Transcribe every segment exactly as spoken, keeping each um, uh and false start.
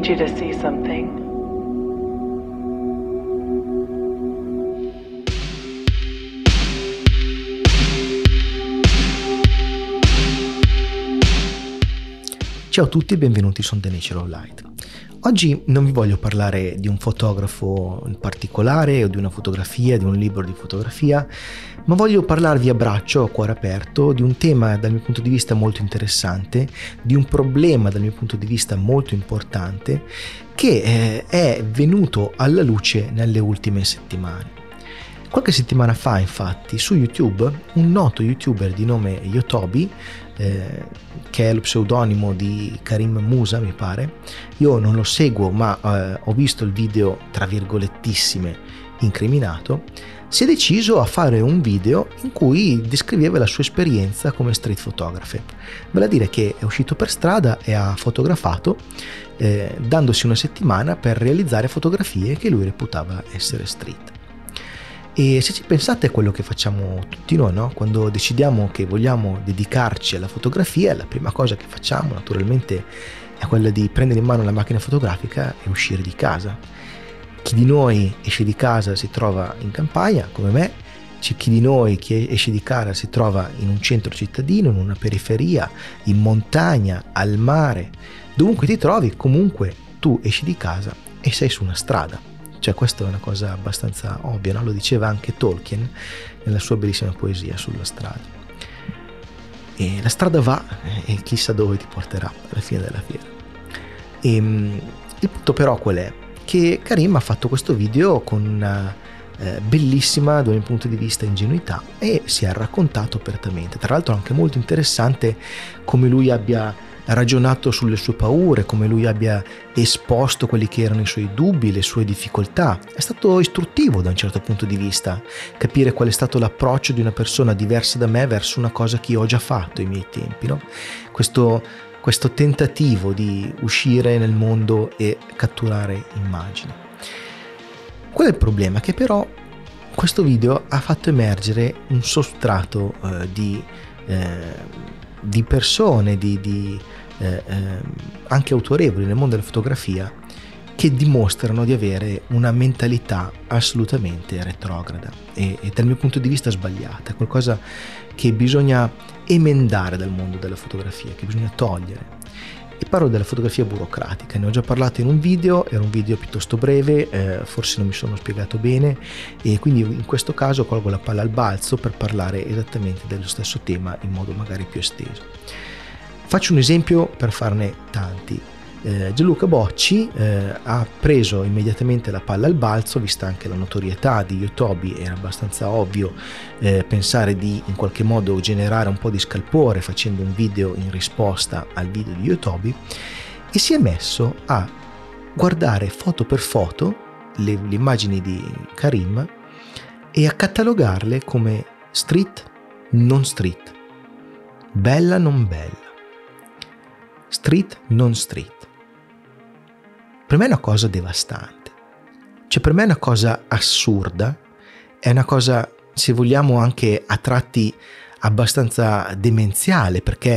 need you to see something. Ciao a tutti e benvenuti su The Nature of Light. Oggi non vi voglio parlare di un fotografo in particolare o di una fotografia, di un libro di fotografia, ma voglio parlarvi a braccio, a cuore aperto, di un tema dal mio punto di vista molto interessante, di un problema dal mio punto di vista molto importante che eh, è venuto alla luce nelle ultime settimane. Qualche settimana fa, infatti, su YouTube, un noto youtuber di nome Yotobi, eh, che è lo pseudonimo di Karim Musa, mi pare, io non lo seguo, ma eh, ho visto il video, tra virgolettissime, incriminato, si è deciso a fare un video in cui descriveva la sua esperienza come street photographer. Vale a dire che è uscito per strada e ha fotografato, eh, dandosi una settimana per realizzare fotografie che lui reputava essere street. E se ci pensate è quello che facciamo tutti noi, no? Quando decidiamo che vogliamo dedicarci alla fotografia, la prima cosa che facciamo naturalmente è quella di prendere in mano la macchina fotografica e uscire di casa. Chi di noi esce di casa si trova in campagna, come me, c'è chi di noi che esce di casa si trova in un centro cittadino, in una periferia, in montagna, al mare. Dovunque ti trovi, comunque tu esci di casa e sei su una strada. Cioè, questa è una cosa abbastanza ovvia, no? Lo diceva anche Tolkien nella sua bellissima poesia sulla strada. E la strada va e chissà dove ti porterà alla fine della fiera. E, il punto però qual è? Che Karim ha fatto questo video con una eh, bellissima, dal mio punto di vista, ingenuità e si è raccontato apertamente. Tra l'altro anche molto interessante come lui abbia ragionato sulle sue paure, come lui abbia esposto quelli che erano i suoi dubbi, le sue difficoltà. È stato istruttivo da un certo punto di vista capire qual è stato l'approccio di una persona diversa da me verso una cosa che io ho già fatto ai miei tempi, no? Questo, questo tentativo di uscire nel mondo e catturare immagini. Qual è il problema? Che però questo video ha fatto emergere un sostrato eh, di, eh, di persone, di, di eh, eh, anche autorevoli nel mondo della fotografia, che dimostrano di avere una mentalità assolutamente retrograda e, e dal mio punto di vista sbagliata. È qualcosa che bisogna emendare dal mondo della fotografia, che bisogna togliere. E parlo della fotografia burocratica, ne ho già parlato in un video, era un video piuttosto breve, eh, forse non mi sono spiegato bene e quindi in questo caso colgo la palla al balzo per parlare esattamente dello stesso tema in modo magari più esteso. Faccio un esempio per farne tanti. Eh, Gianluca Bocci eh, ha preso immediatamente la palla al balzo, vista anche la notorietà di Yotobi, era abbastanza ovvio eh, pensare di in qualche modo generare un po' di scalpore facendo un video in risposta al video di Yotobi, e si è messo a guardare foto per foto le, le immagini di Karim e a catalogarle come street, non street, bella, non bella, street, non street. Per me è una cosa devastante, cioè per me è una cosa assurda, è una cosa, se vogliamo, anche a tratti abbastanza demenziale, perché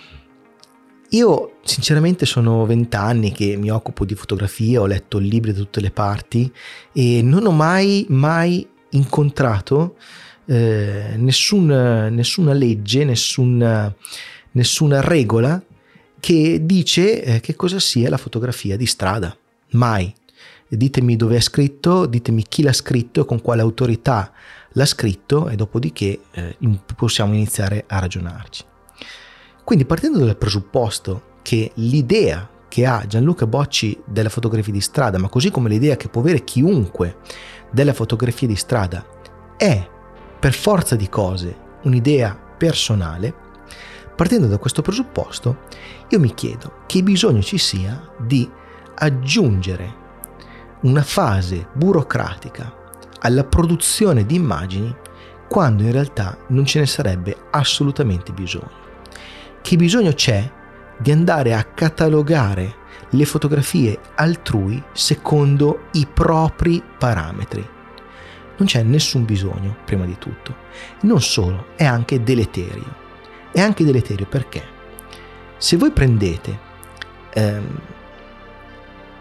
io sinceramente sono vent'anni che mi occupo di fotografia, ho letto libri da tutte le parti e non ho mai mai incontrato eh, nessun, nessuna legge, nessuna, nessuna regola che dice eh, che cosa sia la fotografia di strada. Mai. Ditemi dove è scritto, ditemi chi l'ha scritto, con quale autorità l'ha scritto e dopodiché eh, possiamo iniziare a ragionarci. Quindi, partendo dal presupposto che l'idea che ha Gianluca Bocci della fotografia di strada, ma così come l'idea che può avere chiunque della fotografia di strada, è per forza di cose un'idea personale, partendo da questo presupposto, io mi chiedo che bisogno ci sia di aggiungere una fase burocratica alla produzione di immagini quando in realtà non ce ne sarebbe assolutamente bisogno. Che bisogno c'è di andare a catalogare le fotografie altrui secondo i propri parametri? Non c'è nessun bisogno, prima di tutto. Non solo, è anche deleterio. È anche deleterio perché se voi prendete ehm,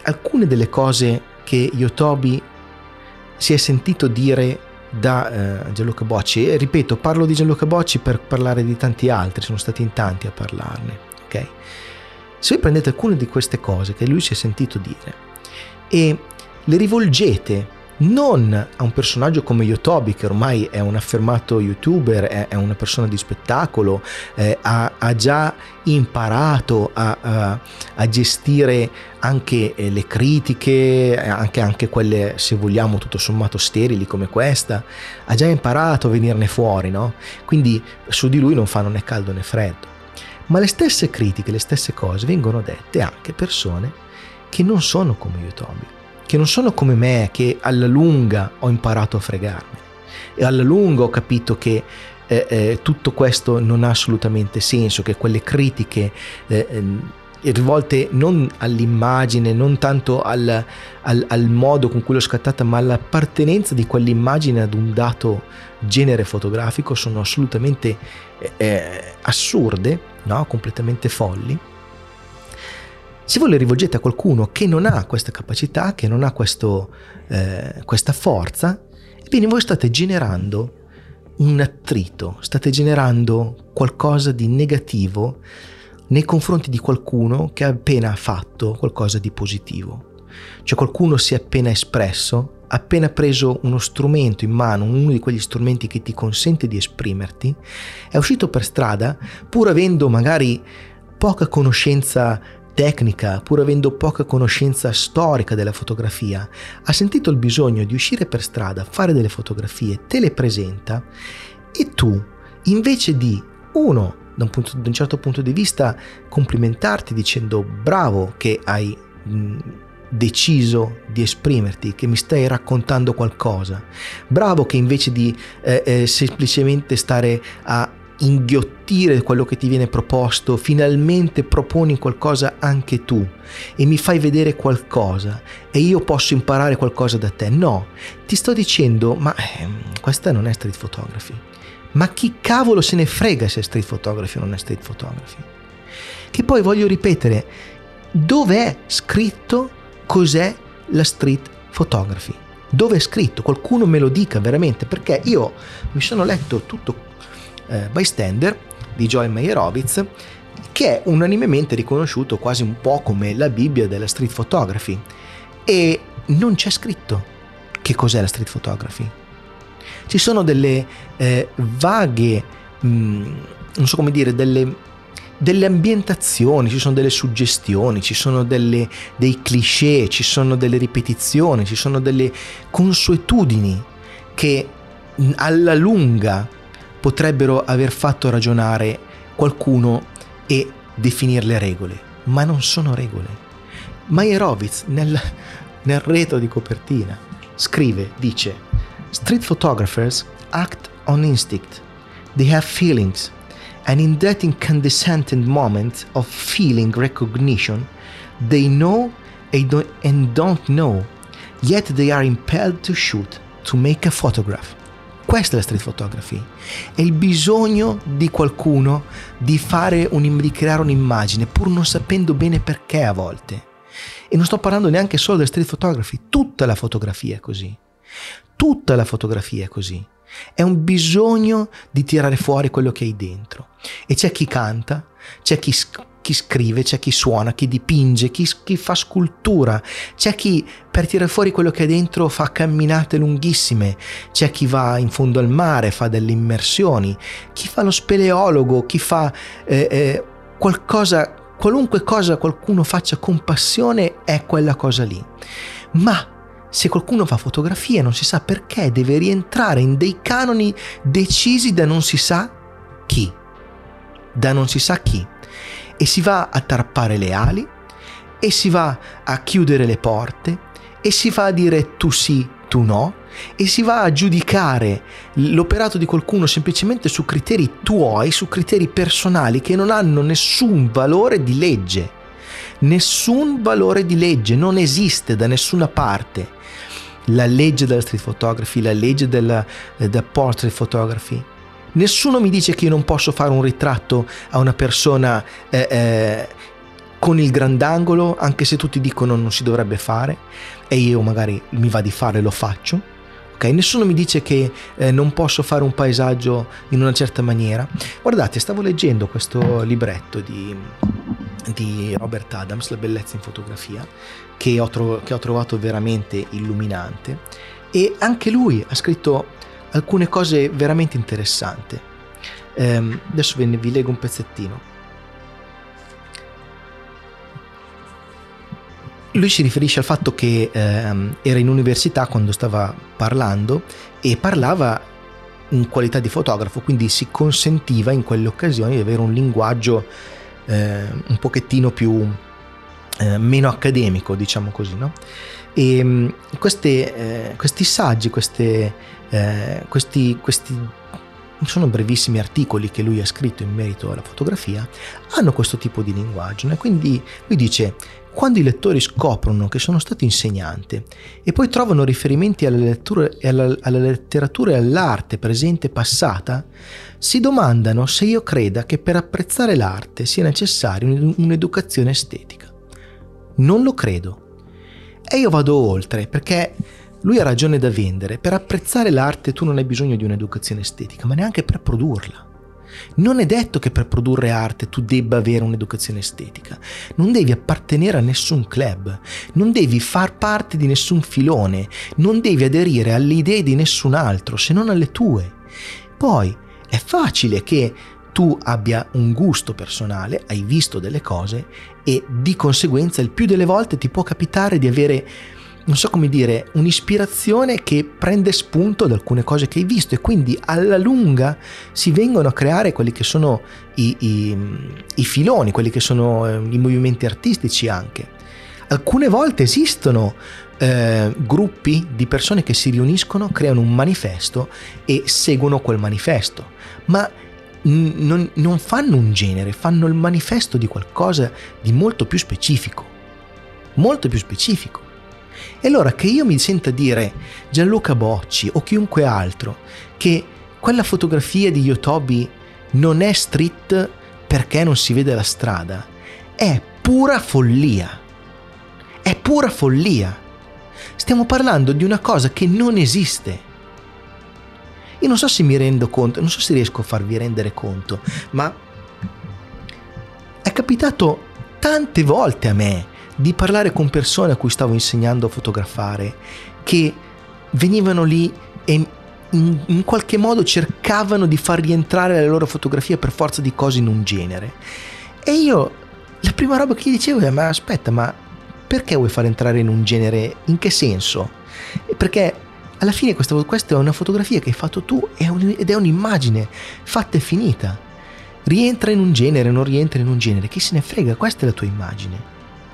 alcune delle cose che Yotobi si è sentito dire da eh, Gianluca Bocci, e ripeto, parlo di Gianluca Bocci per parlare di tanti altri, sono stati in tanti a parlarne, ok? Se voi prendete alcune di queste cose che lui si è sentito dire e le rivolgete non a un personaggio come Yotobi, che ormai è un affermato youtuber, è, è una persona di spettacolo, eh, ha, ha già imparato a, a, a gestire anche eh, le critiche, anche, anche quelle, se vogliamo, tutto sommato sterili come questa, ha già imparato a venirne fuori, no? Quindi su di lui non fanno né caldo né freddo. Ma le stesse critiche, le stesse cose vengono dette anche a persone che non sono come Yotobi, che non sono come me, che alla lunga ho imparato a fregarmi e alla lunga ho capito che eh, eh, tutto questo non ha assolutamente senso, che quelle critiche eh, eh, rivolte non all'immagine, non tanto al, al, al modo con cui l'ho scattata, ma all'appartenenza di quell'immagine ad un dato genere fotografico, sono assolutamente eh, assurde, no? Completamente folli. Se voi le rivolgete a qualcuno che non ha questa capacità, che non ha questo, eh, questa forza, ebbene voi state generando un attrito, state generando qualcosa di negativo nei confronti di qualcuno che ha appena fatto qualcosa di positivo. Cioè qualcuno si è appena espresso, ha appena preso uno strumento in mano, uno di quegli strumenti che ti consente di esprimerti, è uscito per strada pur avendo magari poca conoscenza tecnica, pur avendo poca conoscenza storica della fotografia, ha sentito il bisogno di uscire per strada, fare delle fotografie, te le presenta e tu, invece di, uno, da un, punto, da un certo punto di vista, complimentarti dicendo bravo che hai mh, deciso di esprimerti, che mi stai raccontando qualcosa, bravo che invece di eh, eh, semplicemente stare a inghiottire quello che ti viene proposto, finalmente proponi qualcosa anche tu e mi fai vedere qualcosa e io posso imparare qualcosa da te. No, ti sto dicendo, ma eh, questa non è street photography. Ma chi cavolo se ne frega se è street photography o non è street photography? Che poi voglio ripetere, dov'è scritto cos'è la street photography? Dove è scritto? Qualcuno me lo dica veramente, perché io mi sono letto tutto Uh, Bystander di Joel Meyerowitz, che è unanimemente riconosciuto quasi un po' come la Bibbia della street photography, e non c'è scritto che cos'è la street photography. Ci sono delle eh, vaghe mh, non so come dire, delle, delle ambientazioni, ci sono delle suggestioni, ci sono delle, dei cliché, ci sono delle ripetizioni, ci sono delle consuetudini che alla lunga potrebbero aver fatto ragionare qualcuno e definirle regole, ma non sono regole. Meyerowitz nel, nel retro di copertina scrive, dice: street photographers act on instinct, they have feelings, and in that incandescent moment of feeling recognition, they know and don't know, yet they are impelled to shoot, to make a photograph. Questa è la street photography, è il bisogno di qualcuno di fare un, di creare un'immagine pur non sapendo bene perché a volte. E non sto parlando neanche solo della street photography, tutta la fotografia è così, tutta la fotografia è così, è un bisogno di tirare fuori quello che hai dentro. E c'è chi canta, c'è chi chi scrive, c'è chi suona, chi dipinge, chi, chi fa scultura, c'è chi per tirare fuori quello che è dentro fa camminate lunghissime, c'è chi va in fondo al mare, fa delle immersioni, chi fa lo speleologo, chi fa eh, eh, qualcosa, qualunque cosa qualcuno faccia con passione è quella cosa lì. Ma se qualcuno fa fotografia non si sa perché deve rientrare in dei canoni decisi da non si sa chi, da non si sa chi. E si va a tarpare le ali, e si va a chiudere le porte, e si va a dire tu sì, tu no, e si va a giudicare l'operato di qualcuno semplicemente su criteri tuoi, su criteri personali che non hanno nessun valore di legge. Nessun valore di legge, non esiste da nessuna parte la legge della street photography, la legge della, della portrait photography. Nessuno mi dice che io non posso fare un ritratto a una persona eh, eh, con il grandangolo, anche se tutti dicono non si dovrebbe fare, e io magari mi va di fare, lo faccio. Ok, nessuno mi dice che eh, non posso fare un paesaggio in una certa maniera. Guardate, stavo leggendo questo libretto di, di Robert Adams, La bellezza in fotografia, che ho, tro- che ho trovato veramente illuminante, e anche lui ha scritto alcune cose veramente interessanti. Eh, adesso ve ne, vi leggo un pezzettino. Lui si riferisce al fatto che ehm, era in università quando stava parlando e parlava in qualità di fotografo, quindi si consentiva in quelle occasioni di avere un linguaggio eh, un pochettino più eh, meno accademico, diciamo così, no? E mh, queste, eh, questi saggi, queste, eh, questi, questi sono brevissimi articoli che lui ha scritto in merito alla fotografia, hanno questo tipo di linguaggio, no? E quindi lui dice: quando i lettori scoprono che sono stato insegnante e poi trovano riferimenti alla lettura, alla, alla letteratura e all'arte presente e passata, si domandano se io creda che per apprezzare l'arte sia necessaria un'educazione estetica. Non lo credo. E io vado oltre, perché lui ha ragione da vendere. Per apprezzare l'arte tu non hai bisogno di un'educazione estetica, ma neanche per produrla. Non è detto che per produrre arte tu debba avere un'educazione estetica, non devi appartenere a nessun club, non devi far parte di nessun filone, non devi aderire alle idee di nessun altro se non alle tue. Poi è facile che tu abbia un gusto personale, hai visto delle cose e di conseguenza il più delle volte ti può capitare di avere, non so come dire, un'ispirazione che prende spunto da alcune cose che hai visto, e quindi alla lunga si vengono a creare quelli che sono i, i, i filoni, quelli che sono eh, i movimenti artistici anche. Alcune volte esistono eh, gruppi di persone che si riuniscono, creano un manifesto e seguono quel manifesto, ma n- non, non fanno un genere, fanno il manifesto di qualcosa di molto più specifico, molto più specifico. E allora che io mi senta dire, Gianluca Bocci o chiunque altro, che quella fotografia di Yotobi non è street perché non si vede la strada, è pura follia. È pura follia. Stiamo parlando di una cosa che non esiste. Io non so se mi rendo conto, non so se riesco a farvi rendere conto, ma è capitato tante volte a me di parlare con persone a cui stavo insegnando a fotografare, che venivano lì e in, in qualche modo cercavano di far rientrare la loro fotografia per forza di cose in un genere. E io, la prima roba che gli dicevo è: ma aspetta, ma perché vuoi far entrare in un genere? In che senso? Perché alla fine questa, questa è una fotografia che hai fatto tu ed è un'immagine fatta e finita. Rientra in un genere, non rientra in un genere, chi se ne frega, questa è la tua immagine.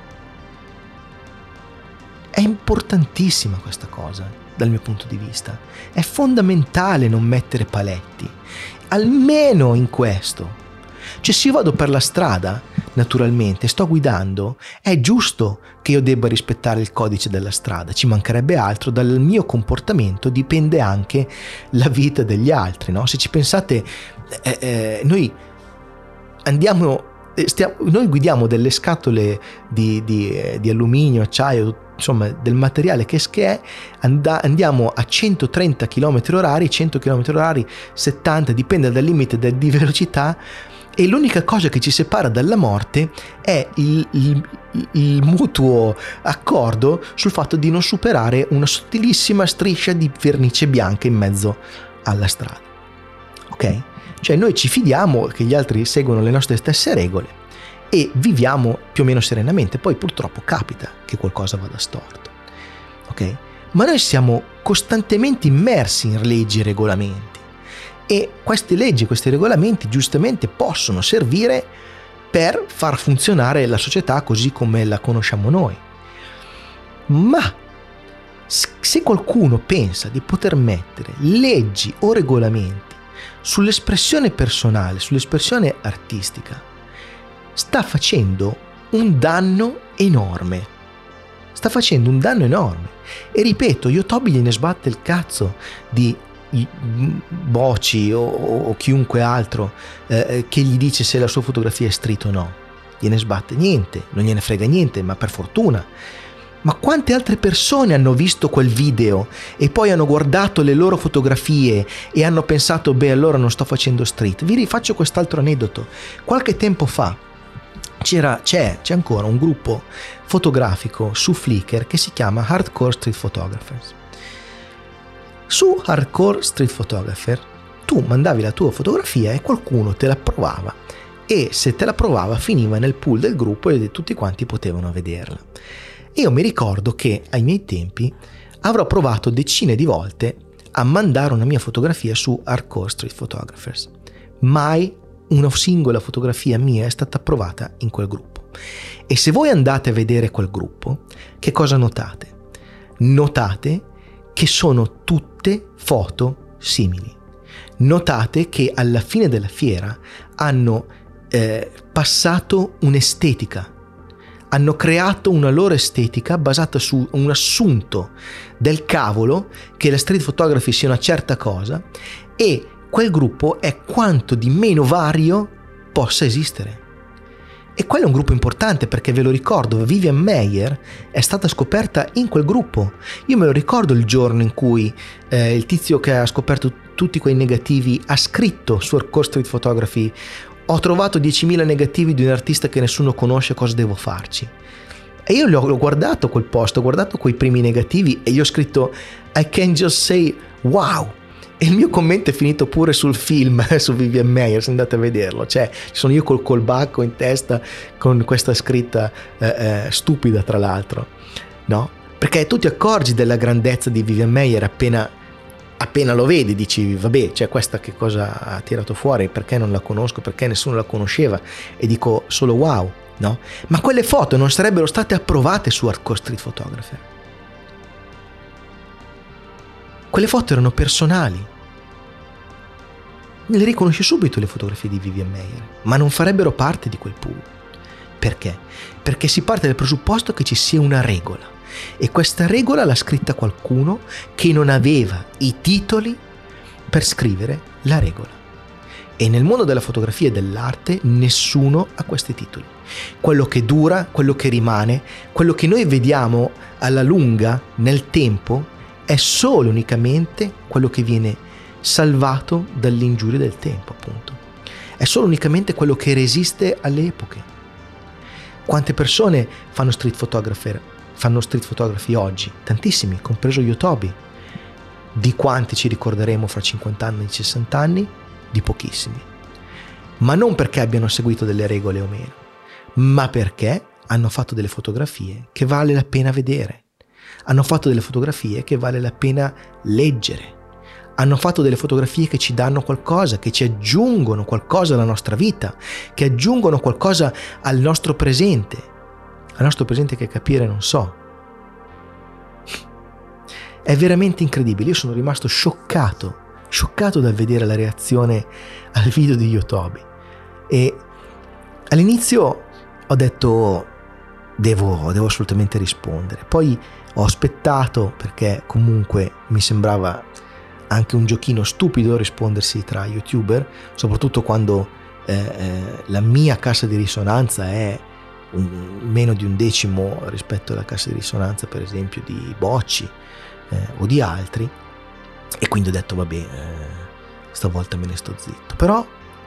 È importantissima questa cosa dal mio punto di vista. È fondamentale non mettere paletti, almeno in questo. Cioè, se io vado per la strada, naturalmente, sto guidando, è giusto che io debba rispettare il codice della strada, ci mancherebbe altro. Dal mio comportamento dipende anche la vita degli altri, no? Se ci pensate, eh, eh, noi andiamo, eh, stiamo, noi guidiamo delle scatole di, di, eh, di alluminio, acciaio, insomma del materiale che è, and- andiamo a centotrenta chilometri orari, cento chilometri orari, settanta, dipende dal limite de- di velocità, e l'unica cosa che ci separa dalla morte è il, il, il mutuo accordo sul fatto di non superare una sottilissima striscia di vernice bianca in mezzo alla strada. Ok? Cioè noi ci fidiamo che gli altri seguono le nostre stesse regole e viviamo più o meno serenamente. Poi purtroppo capita che qualcosa vada storto, ok? Ma noi siamo costantemente immersi in leggi e regolamenti, e queste leggi, questi regolamenti giustamente possono servire per far funzionare la società così come la conosciamo noi. Ma se qualcuno pensa di poter mettere leggi o regolamenti sull'espressione personale, sull'espressione artistica, sta facendo un danno enorme. Sta facendo un danno enorme. E ripeto, Yotobi gliene sbatte il cazzo di Bocci o, o chiunque altro eh, che gli dice se la sua fotografia è street o no. gliene sbatte niente, non gliene frega niente, ma per fortuna. Ma quante altre persone hanno visto quel video e poi hanno guardato le loro fotografie e hanno pensato, beh, allora non sto facendo street. Vi rifaccio quest'altro aneddoto. Qualche tempo fa c'era, c'è, c'è ancora un gruppo fotografico su Flickr che si chiama Hardcore Street Photographers. Su Hardcore Street Photographer tu mandavi la tua fotografia e qualcuno te la provava, e se te la provava finiva nel pool del gruppo e tutti quanti potevano vederla. Io mi ricordo che ai miei tempi avrò provato decine di volte a mandare una mia fotografia su Hardcore Street Photographers. Mai una singola fotografia mia è stata approvata in quel gruppo. E se voi andate a vedere quel gruppo, che cosa notate? Notate che sono tutte foto simili. Notate che alla fine della fiera hanno eh, passato un'estetica, hanno creato una loro estetica basata su un assunto del cavolo che la street photography sia una certa cosa, e quel gruppo è quanto di meno vario possa esistere. E quello è un gruppo importante, perché ve lo ricordo, Vivian Maier è stata scoperta in quel gruppo. Io me lo ricordo il giorno in cui eh, il tizio che ha scoperto tutti quei negativi ha scritto su Hardcore Street Photography: ho trovato diecimila negativi di un artista che nessuno conosce, cosa devo farci? E io l'ho, l'ho guardato quel post, ho guardato quei primi negativi e gli ho scritto I can just say wow. E il mio commento è finito pure sul film su Vivian Maier, se andate a vederlo, cioè sono io col colbacco in testa con questa scritta eh, eh, stupida, tra l'altro, no? Perché tu ti accorgi della grandezza di Vivian Maier appena, appena lo vedi, dici vabbè, cioè questa che cosa ha tirato fuori, perché non la conosco, perché nessuno la conosceva, e dico solo wow, no? Ma quelle foto non sarebbero state approvate su Hardcore Street Photographer. Quelle foto erano personali. Le riconosci subito le fotografie di Vivian Maier, ma non farebbero parte di quel pool. Perché? Perché si parte dal presupposto che ci sia una regola, e questa regola l'ha scritta qualcuno che non aveva i titoli per scrivere la regola. E nel mondo della fotografia e dell'arte nessuno ha questi titoli. Quello che dura, quello che rimane, quello che noi vediamo alla lunga nel tempo è solo unicamente quello che viene salvato dall'ingiuria del tempo, appunto. È solo unicamente quello che resiste alle epoche. Quante persone fanno street photographer, fanno street photography oggi? Tantissimi, compreso Yotobi. Di quanti ci ricorderemo fra cinquanta anni, sessanta anni? Di pochissimi. Ma non perché abbiano seguito delle regole o meno, ma perché hanno fatto delle fotografie che vale la pena vedere. Hanno fatto delle fotografie che vale la pena leggere. Hanno fatto delle fotografie che ci danno qualcosa, che ci aggiungono qualcosa alla nostra vita, che aggiungono qualcosa al nostro presente. Al nostro presente che capire non so. È veramente incredibile. Io sono rimasto scioccato, scioccato dal vedere la reazione al video di Yotobi. E all'inizio ho detto devo, devo assolutamente rispondere. Poi ho aspettato, perché comunque mi sembrava anche un giochino stupido rispondersi tra youtuber, soprattutto quando eh, eh, la mia cassa di risonanza è un, meno di un decimo rispetto alla cassa di risonanza per esempio di Bocci eh, o di altri, e quindi ho detto vabbè, eh, stavolta me ne sto zitto. Però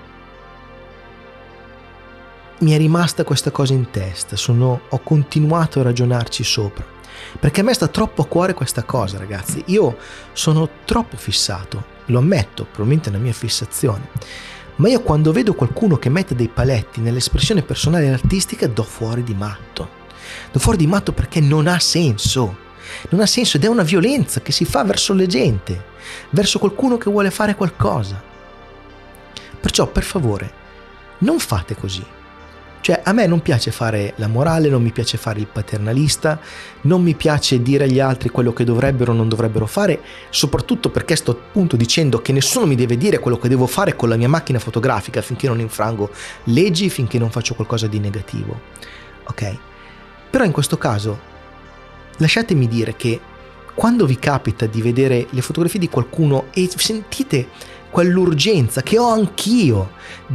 mi è rimasta questa cosa in testa, sono, ho continuato a ragionarci sopra, perché a me sta troppo a cuore questa cosa, ragazzi. Io sono troppo fissato, lo ammetto, probabilmente è una mia fissazione, ma io quando vedo qualcuno che mette dei paletti nell'espressione personale e artistica do fuori di matto. Do fuori di matto perché non ha senso. Non ha senso, ed è una violenza che si fa verso la gente, verso qualcuno che vuole fare qualcosa. Perciò, per favore, non fate così. Cioè, a me non piace fare la morale, non mi piace fare il paternalista, non mi piace dire agli altri quello che dovrebbero o non dovrebbero fare, soprattutto perché sto appunto dicendo che nessuno mi deve dire quello che devo fare con la mia macchina fotografica finché non infrango leggi, finché non faccio qualcosa di negativo. Ok? Però in questo caso lasciatemi dire che quando vi capita di vedere le fotografie di qualcuno e sentite quell'urgenza che ho anch'io di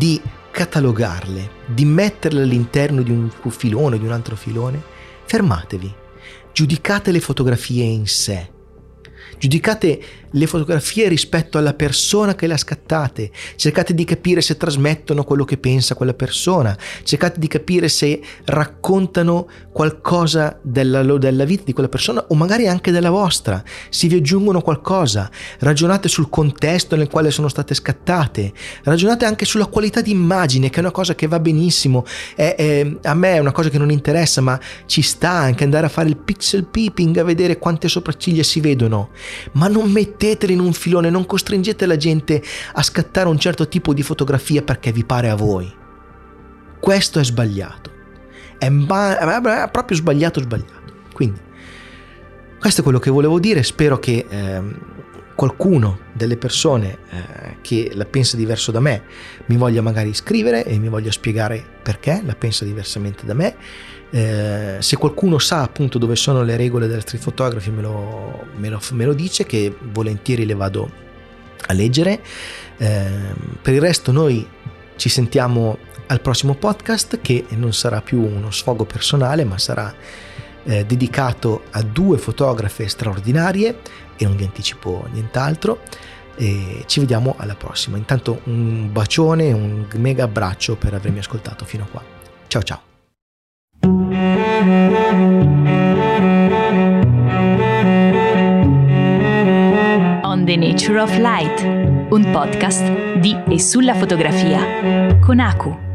catalogarle, di metterle all'interno di un filone, di un altro filone, fermatevi, giudicate le fotografie in sé. Giudicate le fotografie rispetto alla persona che le ha scattate, cercate di capire se trasmettono quello che pensa quella persona, cercate di capire se raccontano qualcosa della, della vita di quella persona o magari anche della vostra, se vi aggiungono qualcosa, ragionate sul contesto nel quale sono state scattate, ragionate anche sulla qualità di immagine, che è una cosa che va benissimo, è, è, a me è una cosa che non interessa, ma ci sta anche andare a fare il pixel peeping, a vedere quante sopracciglia si vedono. Ma non metteteli in un filone, non costringete la gente a scattare un certo tipo di fotografia perché vi pare a voi. Questo è sbagliato, è, ma- è proprio sbagliato sbagliato. Quindi questo è quello che volevo dire. Spero che eh, qualcuno delle persone eh, che la pensa diverso da me mi voglia magari scrivere e mi voglia spiegare perché la pensa diversamente da me. Eh, se qualcuno sa appunto dove sono le regole della street photography me lo, me lo, me lo dice, che volentieri le vado a leggere. Eh, per il resto noi ci sentiamo al prossimo podcast, che non sarà più uno sfogo personale, ma sarà eh, dedicato a due fotografe straordinarie e non vi anticipo nient'altro. E ci vediamo alla prossima. Intanto un bacione, un mega abbraccio per avermi ascoltato fino a qua. Ciao ciao. On the Nature of Light, un podcast di e sulla fotografia con Aku.